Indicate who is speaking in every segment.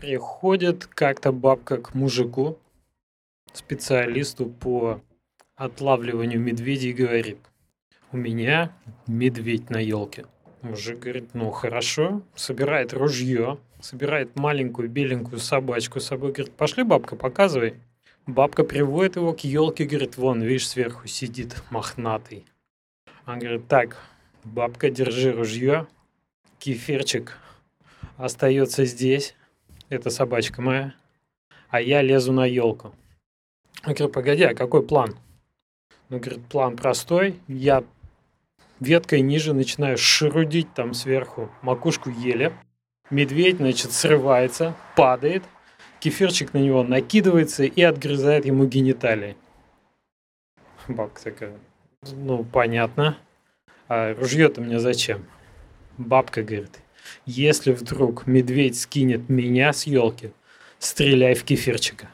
Speaker 1: Приходит как-то бабка к мужику, специалисту по отлавливанию медведей, и говорит: у меня медведь на елке. Мужик говорит: ну хорошо, собирает ружье, собирает маленькую беленькую собачку с собой, говорит: пошли, бабка, показывай. Бабка приводит его к елке, говорит: вон, видишь, сверху сидит мохнатый. Он говорит: так, бабка, держи ружье, кефирчик остается здесь, это собачка моя, а я лезу на елку. Я говорю: погоди, а какой план? Он говорит: план простой, я веткой ниже начинаю шарудить там сверху макушку ели, медведь, значит, срывается, падает, кефирчик на него накидывается и отгрызает ему гениталии. Бабка такая: ну, понятно, а ружье-то мне зачем? Бабка говорит: если вдруг медведь скинет меня с елки, стреляй в кефирчика.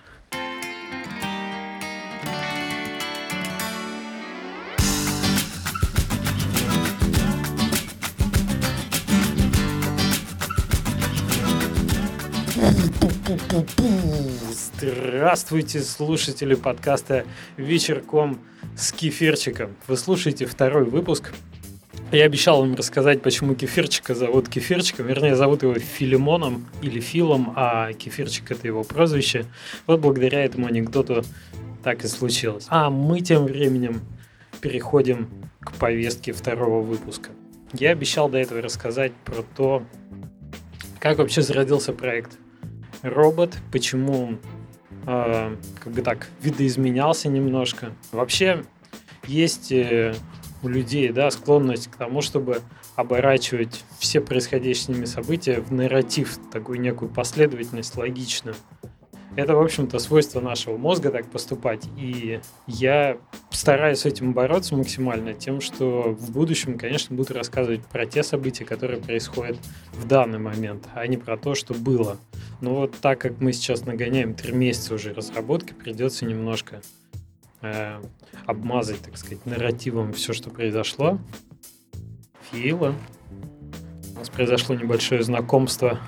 Speaker 1: Здравствуйте, слушатели подкаста «Вечерком с кефирчиком». Вы слушаете второй выпуск. Я обещал вам рассказать, почему кефирчика зовут кефирчиком. Вернее, зовут его Филимоном или Филом, а кефирчик — это его прозвище. Вот благодаря этому анекдоту так и случилось. А мы тем временем переходим к повестке второго выпуска. Я обещал до этого рассказать про то, как вообще зародился проект робот, почему видоизменялся немножко. Вообще есть у людей, склонность к тому, чтобы оборачивать все происходящие с ними события в нарратив, такую некую последовательность логичную. Это, в общем-то, свойство нашего мозга так поступать. И я стараюсь с этим бороться максимально тем, что в будущем, конечно, буду рассказывать про те события, которые происходят в данный момент, а не про то, что было. Но вот так как мы сейчас нагоняем 3 месяца уже разработки, придется немножко обмазать, так сказать, нарративом все, что произошло. Фила. У нас произошло небольшое знакомство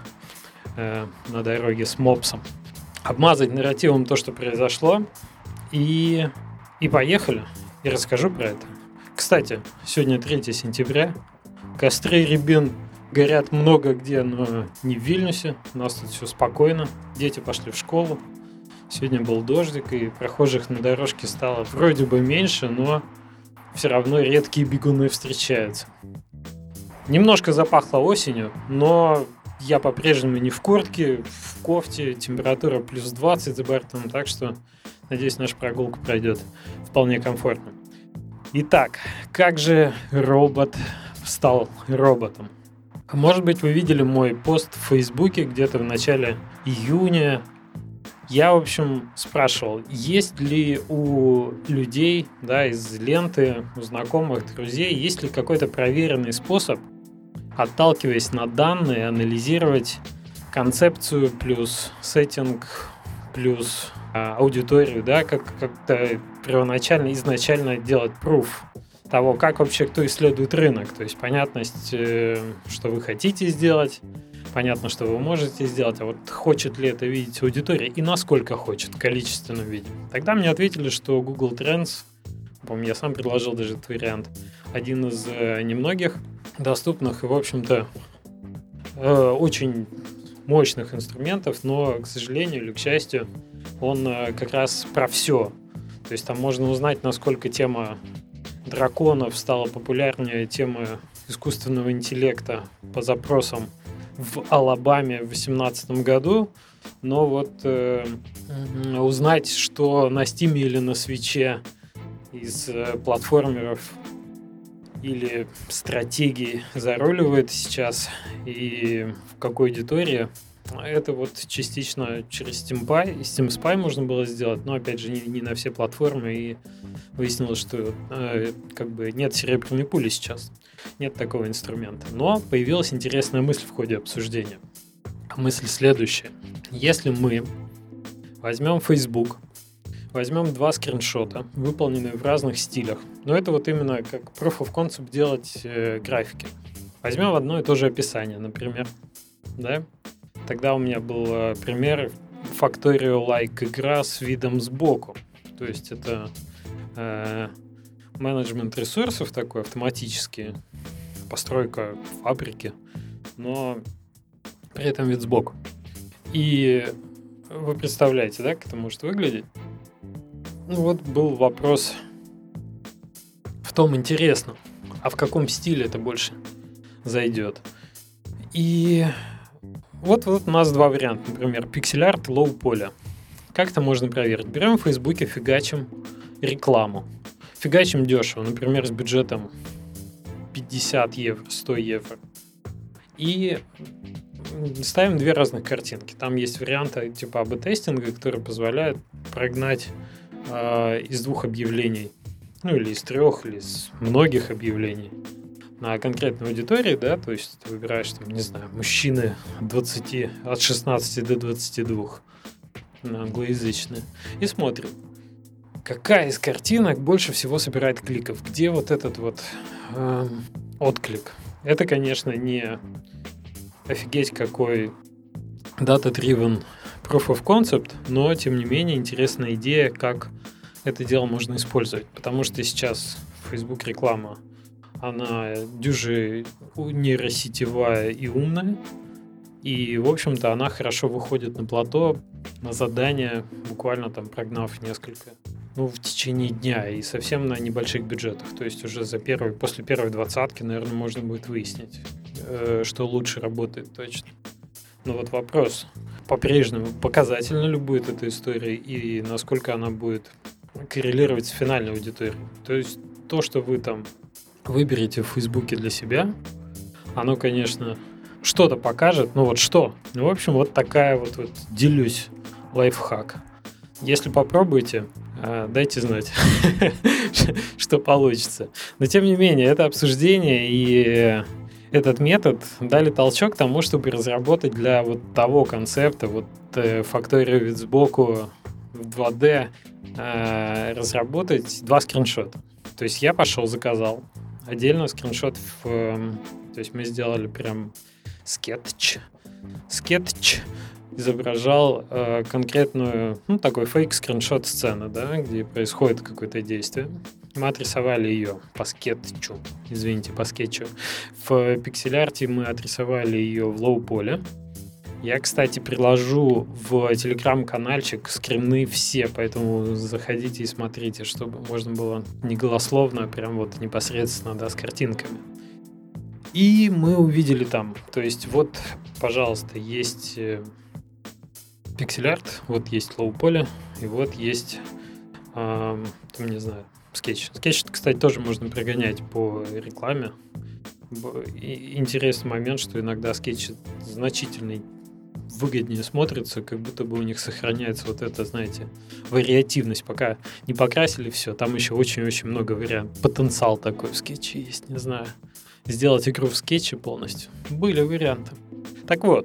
Speaker 1: на дороге с мопсом. Обмазать нарративом то, что произошло, и поехали. И расскажу про это. Кстати, сегодня 3 сентября. Костры рябин горят много где, но не в Вильнюсе. У нас тут все спокойно. Дети пошли в школу. Сегодня был дождик, и прохожих на дорожке стало вроде бы меньше, но все равно редкие бегуны встречаются. Немножко запахло осенью, но я по-прежнему не в куртке, в кофте, температура плюс 20 за бортом, так что, надеюсь, наша прогулка пройдет вполне комфортно. Итак, как же робот стал роботом? Может быть, вы видели мой пост в Фейсбуке где-то в начале июня. Я, в общем, спрашивал, есть ли у людей, из ленты, у знакомых, друзей, есть ли какой-то проверенный способ, отталкиваясь на данные, анализировать концепцию плюс сеттинг плюс аудиторию, как-то первоначально, изначально делать пруф того, как вообще кто исследует рынок. То есть понятность, что вы хотите сделать, понятно, что вы можете сделать, а вот хочет ли это видеть аудитория и насколько хочет в количественном виде. Тогда мне ответили, что Google Trends, помню, я сам предложил даже этот вариант, один из немногих доступных и, в общем-то, очень мощных инструментов, но, к сожалению или к счастью, он как раз про все. То есть там можно узнать, насколько тема драконов стала популярнее темы искусственного интеллекта по запросам в Алабаме в 2018 году, но вот узнать, что на Steam или на Switch из платформеров или стратегии заруливает сейчас и в какой аудитории, это вот частично через Steam Spy можно было сделать, но опять же не на все платформы, и выяснилось, что нет серебряной пули сейчас, нет такого инструмента. Но появилась интересная мысль в ходе обсуждения. Мысль следующая. Если мы возьмем Facebook, возьмем 2 скриншота, выполненные в разных стилях, но это вот именно как proof of concept делать графики. Возьмем одно и то же описание, например, тогда у меня был пример Factorio-like игра с видом сбоку. То есть это менеджмент ресурсов такой автоматический, постройка фабрики, но при этом вид сбоку. И вы представляете, да, как это может выглядеть? Ну вот был вопрос в том, интересно, а в каком стиле это больше зайдет. И вот у нас два варианта, например, пиксель-арт и лоу-поле. Как это можно проверить? Берем в Фейсбуке, фигачим рекламу. Фигачим дешево, например, с бюджетом 50 евро, 100 евро. И ставим две разных картинки. Там есть варианты типа АБ-тестинга, которые позволяют прогнать из двух объявлений, ну или из трех, или из многих объявлений на конкретной аудитории, да, то есть ты выбираешь, там, не знаю, мужчины от 16 до 22, англоязычные, и смотрим, какая из картинок больше всего собирает кликов, где вот этот вот отклик. Это, конечно, не офигеть какой data-driven proof of concept, но, тем не менее, интересная идея, как это дело можно использовать, потому что сейчас Facebook реклама, она дюже нейросетевая и умная, и, в общем-то, она хорошо выходит на плато, на задание, буквально там прогнав несколько, в течение дня, и совсем на небольших бюджетах. То есть уже после первой 20-ки, наверное, можно будет выяснить, что лучше работает точно. Но вот вопрос, по-прежнему показательна ли будет эта история и насколько она будет коррелировать с финальной аудиторией. То есть то, что вы там выберете в Фейсбуке для себя, оно, конечно, что-то покажет, но вот что? В общем, вот такая вот делюсь лайфхак. Если попробуете, дайте знать, что получится. Но, тем не менее, это обсуждение и этот метод дали толчок к тому, чтобы разработать для вот того концепта, Factorio вид сбоку в 2D, разработать два скриншота. То есть я пошел, заказал отдельно скриншот, то есть мы сделали прям скетч изображал конкретную, такой фейк-скриншот сцены, да, где происходит какое-то действие. Мы отрисовали ее по скетчу. В пиксель-арте мы отрисовали ее в лоу-поле. Я, кстати, приложу в телеграм-канальчик скрины все, поэтому заходите и смотрите, чтобы можно было не голословно, а прям непосредственно, да, с картинками. И мы увидели там, то есть пожалуйста, есть пиксель-арт, есть лоу-поле, и есть, не знаю, скетч. Скетч, кстати, тоже можно прогонять по рекламе. И интересный момент, что иногда скетчи значительно выгоднее смотрятся, как будто бы у них сохраняется знаете, вариативность. Пока не покрасили все, там еще очень-очень много вариантов. Потенциал такой в скетче есть, не знаю. Сделать игру в скетче полностью. Были варианты. Так вот,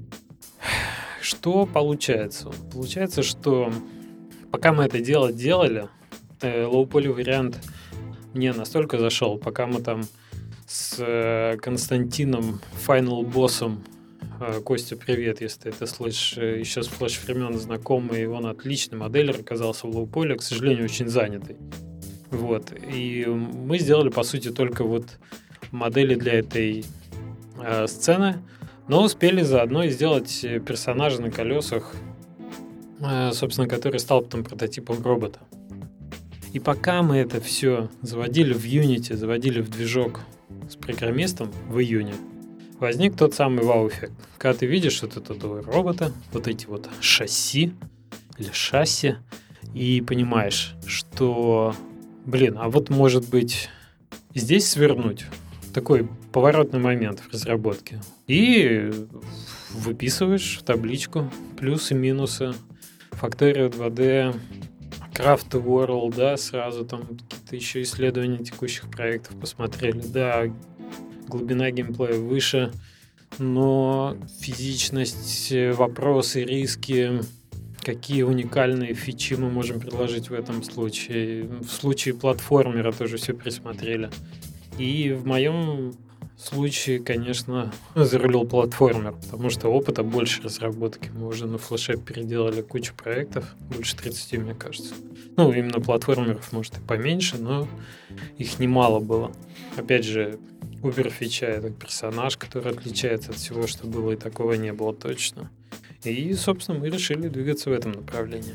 Speaker 1: что получается? Получается, что пока мы это делали, лоу-поле вариант мне настолько зашел, пока мы там с Константином, файнал-боссом, Костя, привет, если ты это слышишь, еще с флеш-времен знакомый, он отличный моделер оказался в лоу-поле, к сожалению, очень занятый. И мы сделали, по сути, только модели для этой сцены, но успели заодно и сделать персонажа на колесах, собственно, который стал потом прототипом робота. И пока мы это все заводили в Unity, заводили в движок с программистом в июне, возник тот самый вау-эффект. Когда ты видишь этого робота, эти шасси или шасси, и понимаешь, что, может быть, здесь свернуть. Такой поворотный момент в разработке. И выписываешь в табличку плюсы, минусы, Factorio 2D, Craft World, да, сразу там какие-то еще исследования текущих проектов посмотрели. Да, глубина геймплея выше, но физичность, вопросы, риски, какие уникальные фичи мы можем предложить в этом случае. В случае платформера тоже все присмотрели. И в моем случае, конечно, зарулил платформер, потому что опыта больше разработки. Мы уже на флеше переделали кучу проектов, больше 30, мне кажется. Ну, именно платформеров, может, и поменьше, но их немало было. Опять же, Uber-фича — это персонаж, который отличается от всего, что было, и такого не было точно. И, собственно, мы решили двигаться в этом направлении.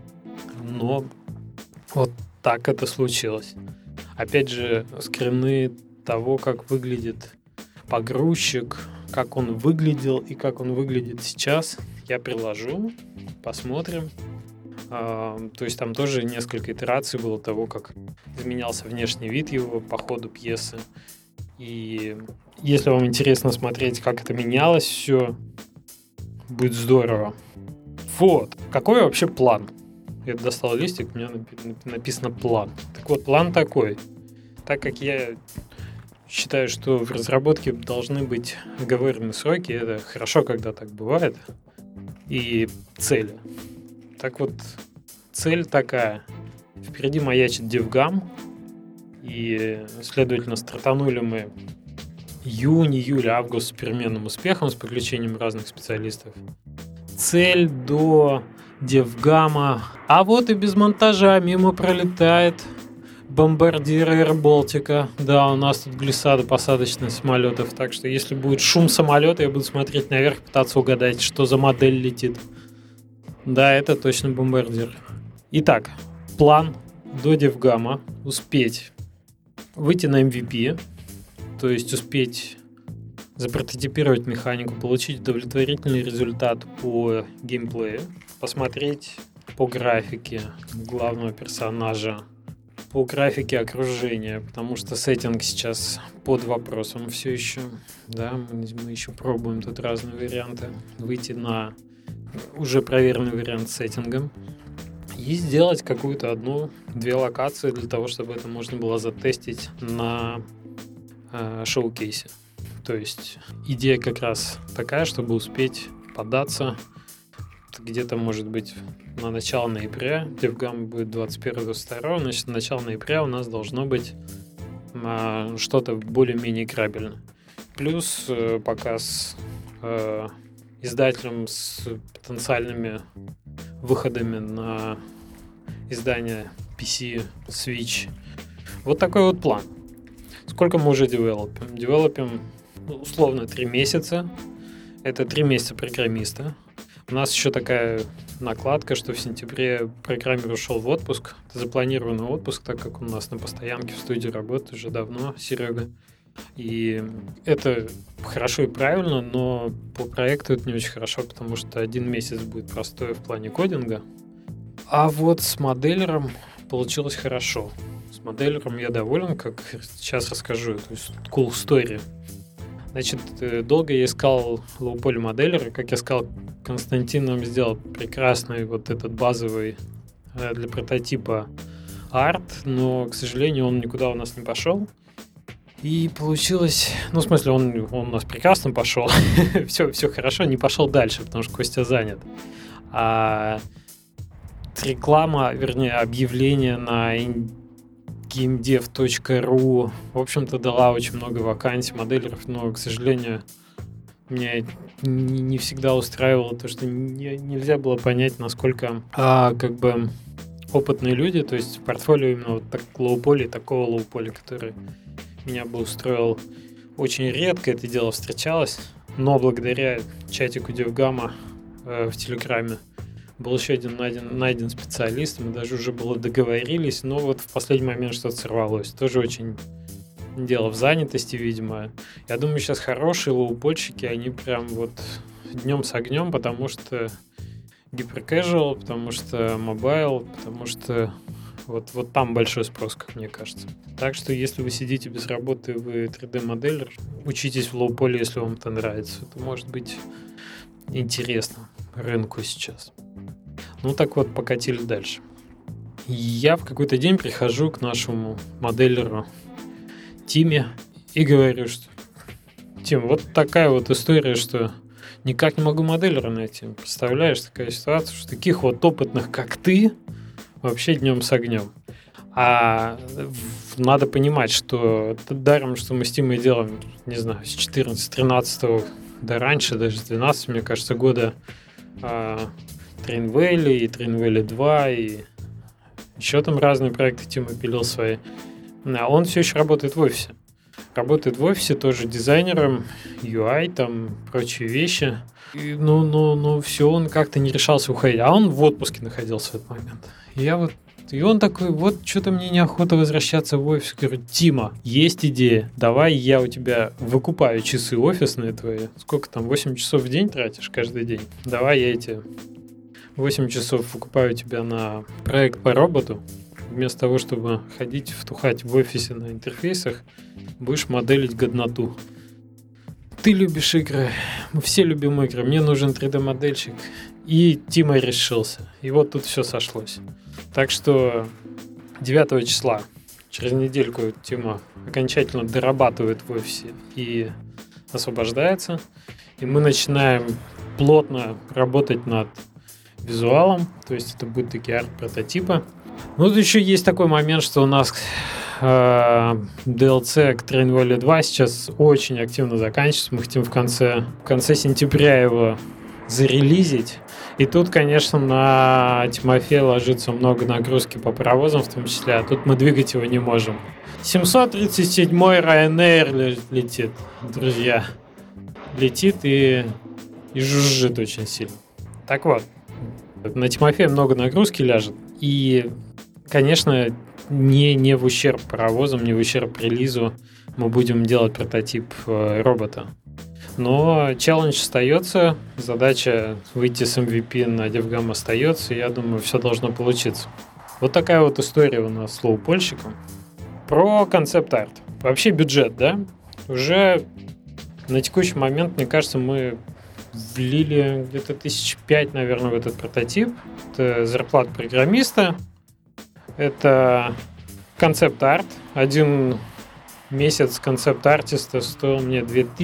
Speaker 1: Но вот так это случилось. Опять же, скрины того, как выглядит погрузчик, как он выглядел и как он выглядит сейчас, я приложу, посмотрим. То есть там тоже несколько итераций было того, как изменялся внешний вид его по ходу пьесы. И если вам интересно смотреть, как это менялось все, будет здорово. Вот. Какой вообще план? Я достал листик, у меня написано план. Так вот, план такой. Так как я считаю, что в разработке должны быть оговоренные сроки, это хорошо, когда так бывает, и цели. Так вот, цель такая. Впереди маячит DevGam, и, следовательно, стартанули мы июнь, июль, август с переменным успехом, с подключением разных специалистов. Цель до DevGam, а вот и без монтажа мимо пролетает бомбардир Air Baltica. Да, у нас тут глиссада посадочных самолетов, так что если будет шум самолета, я буду смотреть наверх, пытаться угадать, что за модель летит. Да, это точно бомбардир. Итак, план до DevGam успеть выйти на MVP, то есть успеть запрототипировать механику, получить удовлетворительный результат по геймплею, посмотреть по графике главного персонажа, по графике окружения, потому что сеттинг сейчас под вопросом все еще. Да, мы еще пробуем тут разные варианты. Выйти на уже проверенный вариант с сеттингом и сделать какую-то одну-две локации для того, чтобы это можно было затестить на шоу-кейсе. То есть идея как раз такая, чтобы успеть податься где-то, может быть, на начало ноября. DevGam будет 21-22, значит, на начало ноября у нас должно быть что-то более-менее играбельное. Плюс пока с издателем с потенциальными выходами на издание PC, Switch. Вот такой вот план. Сколько мы уже девелопим? Девелопим условно 3 месяца. Это 3 месяца программиста. У нас еще такая накладка, что в сентябре программер ушел в отпуск. Это запланированный отпуск, так как он у нас на постоянке в студии работает уже давно, Серега. И это хорошо и правильно, но по проекту это не очень хорошо, потому что 1 месяц будет простой в плане кодинга. А вот с моделером получилось хорошо. С моделером я доволен, как сейчас расскажу. То есть cool story. Значит, долго я искал low-poly моделлер, и, как я сказал, Константин нам сделал прекрасный вот этот базовый для прототипа арт, но, к сожалению, он никуда у нас не пошел. И получилось... Ну, в смысле, он у нас прекрасно пошел. все хорошо, не пошел дальше, потому что Костя занят. А реклама, вернее, объявление на gamedev.ru, в общем-то, дала очень много вакансий, моделеров, но, к сожалению, меня не всегда устраивало то, что нельзя было понять, насколько как бы опытные люди, то есть в портфолио именно вот так low-poly, такого low-poly, который меня бы устроил, очень редко это дело встречалось, но благодаря чатику DevGam в Телеграме был еще один найден специалист, мы даже уже было договорились, но вот в последний момент что-то сорвалось. Тоже очень дело в занятости, видимо. Я думаю, сейчас хорошие лоупольщики, они прям вот днем с огнем, потому что гиперкэжуал, потому что мобайл, потому что вот там большой спрос, как мне кажется. Так что если вы сидите без работы, вы 3D-моделер, учитесь в лоу-поле, если вам это нравится. Это может быть интересно рынку сейчас. Ну так вот, покатили дальше. Я в какой-то день прихожу к нашему моделеру Тиме и говорю, что Тим, вот такая вот история, что никак не могу моделера найти. Представляешь, такая ситуация, что таких вот опытных, как ты, вообще днем с огнем. А надо понимать, что даром, что мы с Тимой делаем, не знаю, с 14-13 да раньше, даже с 12, мне кажется, года Train Valley и Train Valley 2 и еще там разные проекты Тима пилил свои. Он все еще работает в офисе. Работает в офисе тоже дизайнером, UI, там прочие вещи. И, все, он как-то не решался уходить. А он в отпуске находился в этот момент. И он такой, вот что-то мне неохота возвращаться в офис. Говорю, Тима, есть идея, давай я у тебя выкупаю часы офисные твои. Сколько там, 8 часов в день тратишь каждый день? Давай я эти 8 часов выкупаю тебя на проект по роботу. Вместо того, чтобы ходить, втухать в офисе на интерфейсах, будешь моделить годноту. Ты любишь игры, мы все любим игры, мне нужен 3D-модельщик. И Тима решился. И вот тут все сошлось. Так что 9 числа, через недельку, Тима окончательно дорабатывает в офисе и освобождается. И мы начинаем плотно работать над визуалом. То есть это будут такие арт-прототипы. Ну, тут еще есть такой момент, что у нас DLC к Train Valley 2 сейчас очень активно заканчивается. Мы хотим в конце сентября его зарелизить. И тут, конечно, на Тимофея ложится много нагрузки по паровозам в том числе, а тут мы двигать его не можем. 737-й Ryanair летит, друзья. Летит и жужжит очень сильно. Так вот, на Тимофея много нагрузки ляжет. И, конечно, не в ущерб паровозам, не в ущерб релизу мы будем делать прототип робота. Но челлендж остается, задача выйти с MVP на DevGam остается, и я думаю, все должно получиться. Вот такая вот история у нас с лоупольщиком. Про концепт-арт. Вообще бюджет, да? Уже на текущий момент, мне кажется, мы влили где-то 5,000, наверное, в этот прототип. Это зарплата программиста, это концепт-арт. Один месяц концепт-артиста стоил мне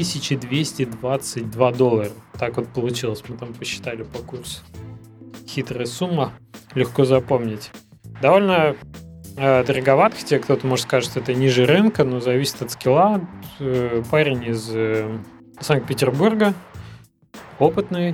Speaker 1: $2222. Так вот получилось. Мы там посчитали по курсу. Хитрая сумма. Легко запомнить. Довольно дороговато, хотя кто-то может сказать, что это ниже рынка, но зависит от скилла. Парень из Санкт-Петербурга. Опытный.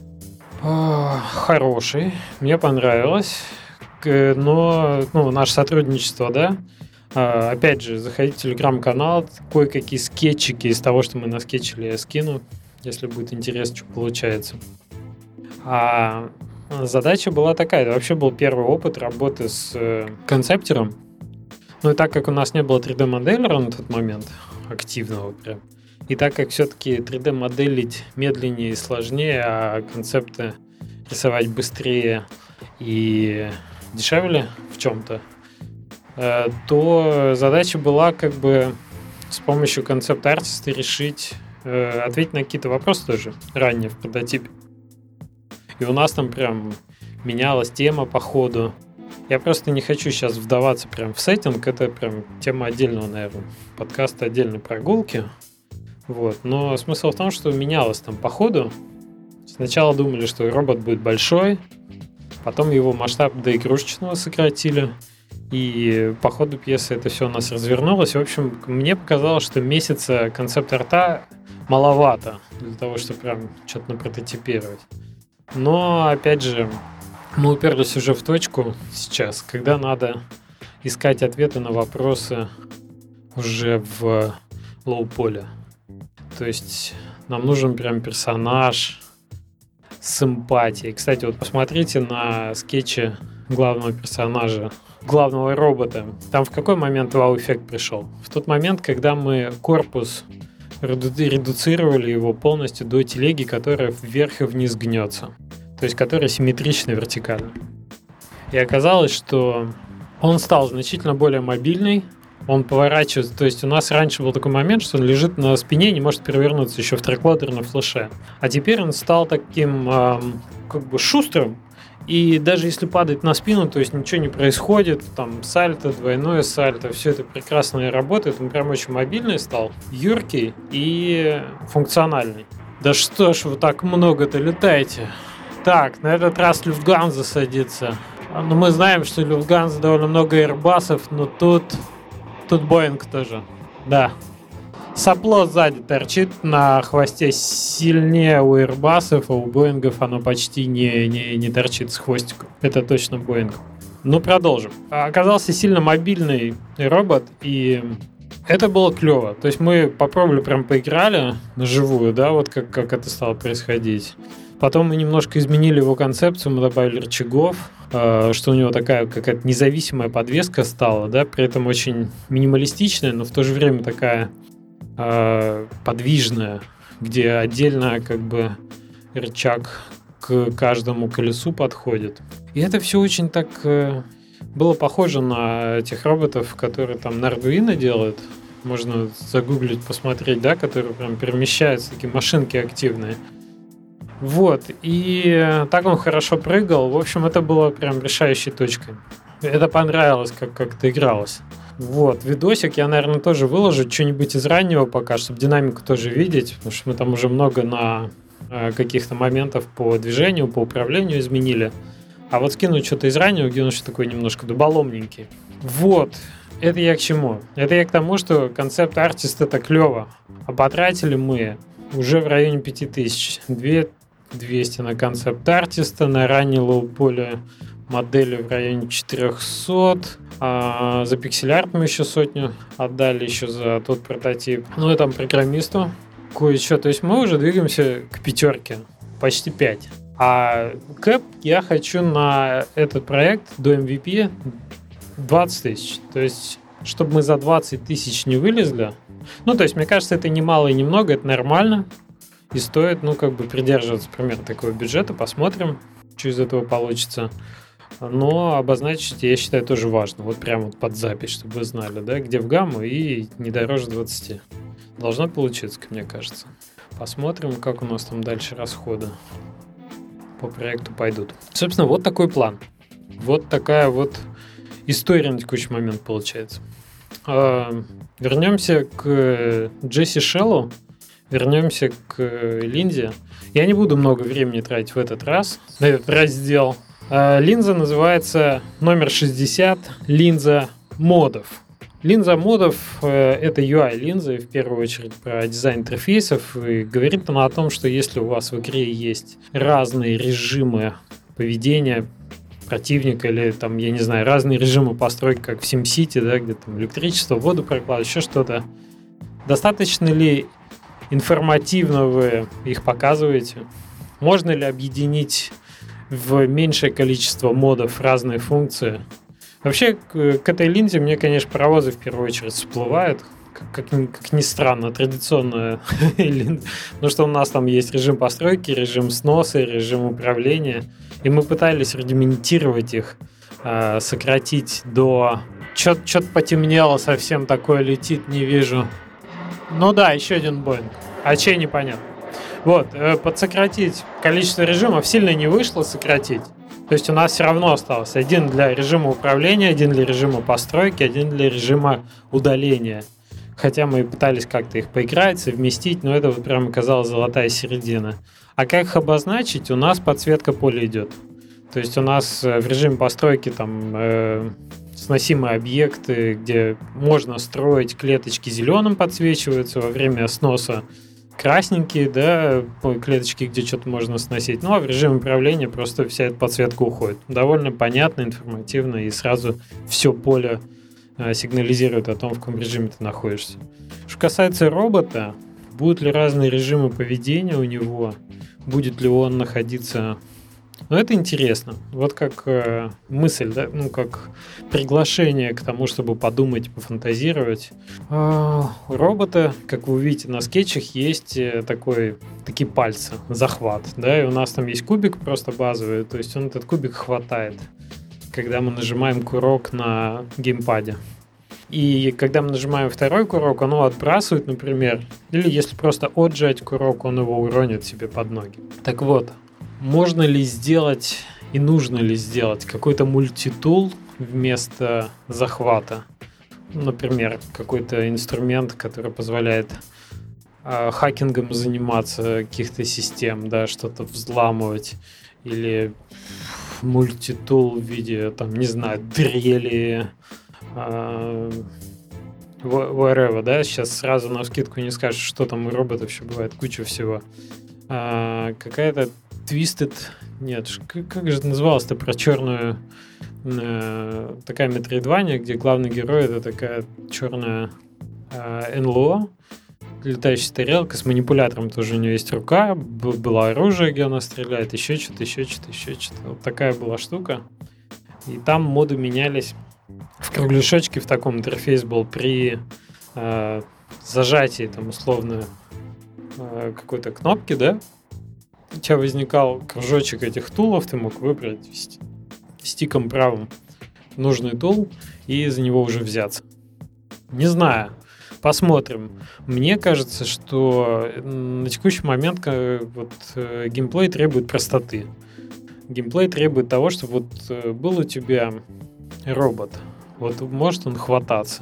Speaker 1: Хороший. Мне понравилось. Но наше сотрудничество, да. Опять же, заходите в телеграм-канал, кое-какие скетчики из того, что мы наскетчили, я скину, если будет интересно, что получается. А задача была такая, это вообще был первый опыт работы с концептером. Ну и так как у нас не было 3D-моделера на тот момент, активного прям, и так как все-таки 3D-моделить медленнее и сложнее, а концепты рисовать быстрее и дешевле в чем-то, то задача была как бы с помощью концепт-артиста решить, ответить на какие-то вопросы тоже ранее в прототипе. И у нас там прям менялась тема по ходу. Я просто не хочу сейчас вдаваться прям в сеттинг, это прям тема отдельного, наверное, подкаста отдельной прогулки. Вот. Но смысл в том, что менялось там по ходу. Сначала думали, что робот будет большой, потом его масштаб до игрушечного сократили. И по ходу пьесы это все у нас развернулось. В общем, мне показалось, что месяца концепт-арта маловато для того, чтобы прям что-то напрототипировать. Но, опять же, мы уперлись уже в точку сейчас, когда надо искать ответы на вопросы уже в лоу-поле. То есть нам нужен прям персонаж с эмпатией. Кстати, вот посмотрите на скетчи главного персонажа, главного робота. Там в какой момент вау-эффект пришел? В тот момент, когда мы корпус редуцировали его полностью до телеги, которая вверх и вниз гнется. То есть, которая симметрична вертикально. И оказалось, что он стал значительно более мобильный. Он поворачивается. То есть, у нас раньше был такой момент, что он лежит на спине и не может перевернуться еще в треквотер на флеше. А теперь он стал таким как бы шустрым. И даже если падает на спину, то есть ничего не происходит, там сальто, двойное сальто, все это прекрасно работает, он прям очень мобильный стал, юркий и функциональный. Да что ж вы так много-то летаете? Так, на этот раз Люфтганза садится. Ну, мы знаем, что у Люфтганза довольно много Airbus'ов, но тут Боинг тоже. Да. Сопло сзади торчит на хвосте сильнее у Airbus'ов, а у Боингов оно почти не торчит с хвостиком. Это точно Боинг. Ну, продолжим. Оказался сильно мобильный робот, и это было клево. То есть мы попробовали, прям поиграли наживую, да, вот как это стало происходить. Потом мы немножко изменили его концепцию, мы добавили рычагов, что у него такая какая-то независимая подвеска стала, да, при этом очень минималистичная, но в то же время такая подвижная, где отдельно как бы рычаг к каждому колесу подходит. И это все очень так было похоже на тех роботов, которые там на Arduino делают. Можно загуглить, посмотреть, да, которые прям перемещаются, такие машинки активные. Вот, и так он хорошо прыгал. В общем, это было прям решающей точкой. Это понравилось, как это игралось. Вот, видосик я, наверное, тоже выложу, что-нибудь из раннего пока, чтобы динамику тоже видеть, потому что мы там уже много на каких-то моментов по движению, по управлению изменили. А вот скину что-то из раннего, где он еще такой немножко дуболомненький. Вот, это я к чему? Это я к тому, что концепт артист это клево, а потратили мы уже в районе 5000. 2200 на концепт артиста, на ранней лоу-поле модели в районе 400. А за пиксель-арт мы еще 100 отдали еще за тот прототип. Ну и там программисту кое-что. То есть мы уже двигаемся к 5, почти 5. А кэп я хочу на этот проект до MVP 20 тысяч. То есть, чтобы мы за 20 тысяч не вылезли. Ну, то есть, мне кажется, это не мало и не много, это нормально. И стоит, ну, как бы придерживаться примерно такого бюджета. Посмотрим, что из этого получится. Но обозначить, я считаю, тоже важно. Вот прямо вот под запись, чтобы вы знали, да, где в гамму и не дороже 20. Должно получиться, как мне кажется. Посмотрим, как у нас там дальше расходы по проекту пойдут. Собственно, вот такой план. Вот такая вот история на текущий момент получается. Вернемся к Джесси Шеллу. Вернемся к линзе. Я не буду много времени тратить в этот раз на этот раздел. Линза называется номер 60. Линза модов. Линза модов — это UI-линза, в первую очередь про дизайн интерфейсов. И говорит она о том, что если у вас в игре есть разные режимы поведения противника или там, я не знаю, разные режимы постройки, как в SimCity, да, где там электричество, воду прокладывать, еще что-то, достаточно ли информативно вы их показываете? Можно ли объединить в меньшее количество модов разные функции? Вообще, к этой линзе мне, конечно, паровозы в первую очередь всплывают. Как ни странно, традиционная линза. Потому что у нас там есть режим постройки, режим сноса, режим управления. И мы пытались рудиментировать их, сократить до... Что-то потемнело совсем, такое летит, не вижу. Ну да, еще один Боинг. А чей непонятно. Вот, подсократить количество режимов сильно не вышло сократить. То есть у нас все равно осталось один для режима управления, один для режима постройки, один для режима удаления. Хотя мы пытались как-то их поиграть, совместить, но это вот прям оказалась золотая середина. А как их обозначить? У нас подсветка поля идет. То есть у нас в режиме постройки там сносимые объекты, где можно строить, клеточки зеленым подсвечиваются, во время сноса красненькие, да, клеточки, где что-то можно сносить. Ну, а в режиме управления просто вся эта подсветка уходит. Довольно понятно, информативно, и сразу все поле сигнализирует о том, в каком режиме ты находишься. Что касается робота, будут ли разные режимы поведения у него, будет ли он находиться... Ну, это интересно. Вот как мысль, да, ну, как приглашение к тому, чтобы подумать, пофантазировать. У робота, как вы увидите на скетчах, есть такие пальцы, захват, да, и у нас там есть кубик просто базовый, то есть он этот кубик хватает, когда мы нажимаем курок на геймпаде. И когда мы нажимаем второй курок, оно отбрасывает, например, или если просто отжать курок, он его уронит себе под ноги. Так вот, можно ли сделать и нужно ли сделать какой-то мультитул вместо захвата? Например, какой-то инструмент, который позволяет хакингом заниматься каких-то систем, да, что-то взламывать. или мультитул в виде, там, не знаю, дрели, whatever, да, сейчас сразу навскидку не скажешь, что там у роботов еще бывает, куча всего. Какая-то Twisted, нет, как же это называлось-то, про черную, такая метроидвания, где главный герой это такая черная НЛО, летающая тарелка с манипулятором, тоже у нее есть рука, было оружие, где она стреляет, еще что-то. Вот такая была штука. И там моды менялись в кругляшочке, в таком интерфейс был при зажатии, там, условно, какой-то кнопки, да? У тебя возникал кружочек этих тулов, ты мог выбрать стиком правым нужный тул и за него уже взяться. Не знаю. Посмотрим. Мне кажется, что на текущий момент геймплей требует простоты. Геймплей требует того, чтобы был у тебя робот. Может он хвататься.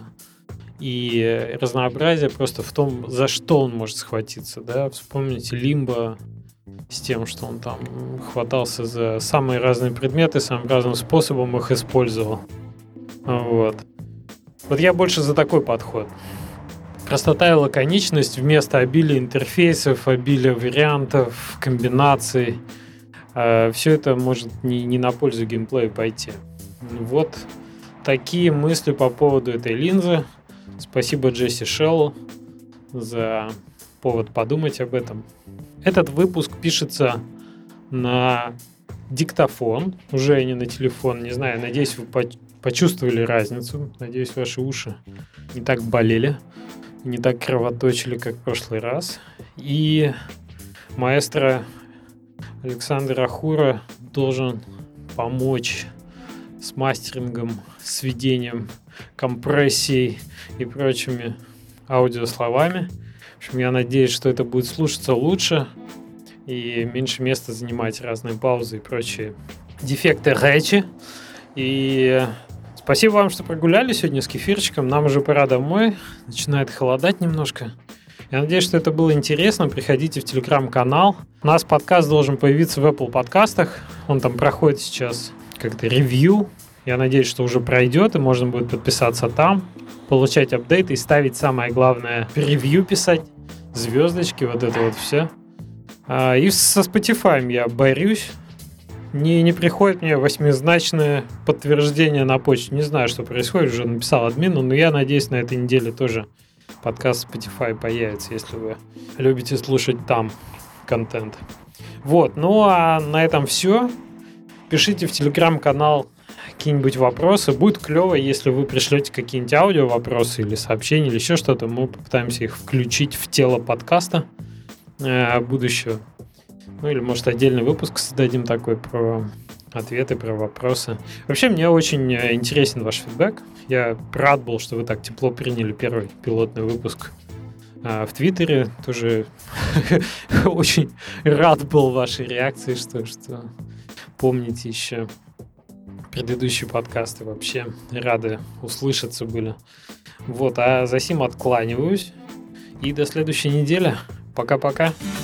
Speaker 1: И разнообразие просто в том, за что он может схватиться. Да? Вспомните Лимбо с тем, что он там хватался за самые разные предметы, самым разным способом их использовал. Вот я больше за такой подход. Простота и лаконичность вместо обилия интерфейсов, обилия вариантов, комбинаций. Все это может не на пользу геймплея пойти. Вот такие мысли по поводу этой линзы. Спасибо Джесси Шеллу за повод подумать об этом. Этот выпуск пишется на диктофон, уже не на телефон. Не знаю, надеюсь, вы почувствовали разницу. Надеюсь, ваши уши не так болели, не так кровоточили, как в прошлый раз. И маэстро Александр Ахура должен помочь с мастерингом, сведением, компрессией и прочими аудиословами. В общем, я надеюсь, что это будет слушаться лучше и меньше места занимать разные паузы и прочие дефекты речи. И спасибо вам, что прогуляли сегодня с кефирчиком. Нам уже пора домой. Начинает холодать немножко. Я надеюсь, что это было интересно. Приходите в Telegram-канал. У нас подкаст должен появиться в Apple подкастах. Он там проходит сейчас как-то ревью. Я надеюсь, что уже пройдет, и можно будет подписаться там, получать апдейты и ставить, самое главное, ревью писать, звездочки, вот это вот все. И со Spotify я борюсь. Не приходит мне 8-значное подтверждение на почту. Не знаю, что происходит, уже написал админу, но я надеюсь, на этой неделе тоже подкаст Spotify появится, если вы любите слушать там контент. Ну а на этом все. Пишите в Telegram-канал какие-нибудь вопросы. Будет клево, если вы пришлете какие-нибудь аудио-вопросы или сообщения, или еще что-то. Мы попытаемся их включить в тело подкаста будущего. Или, может, отдельный выпуск создадим такой про ответы, про вопросы. Вообще, мне очень интересен ваш фидбэк. Я рад был, что вы так тепло приняли первый пилотный выпуск в Твиттере. Тоже очень рад был вашей реакции, что помните еще предыдущие подкасты. Вообще рады услышаться были. А за сим откланиваюсь. И до следующей недели. Пока-пока.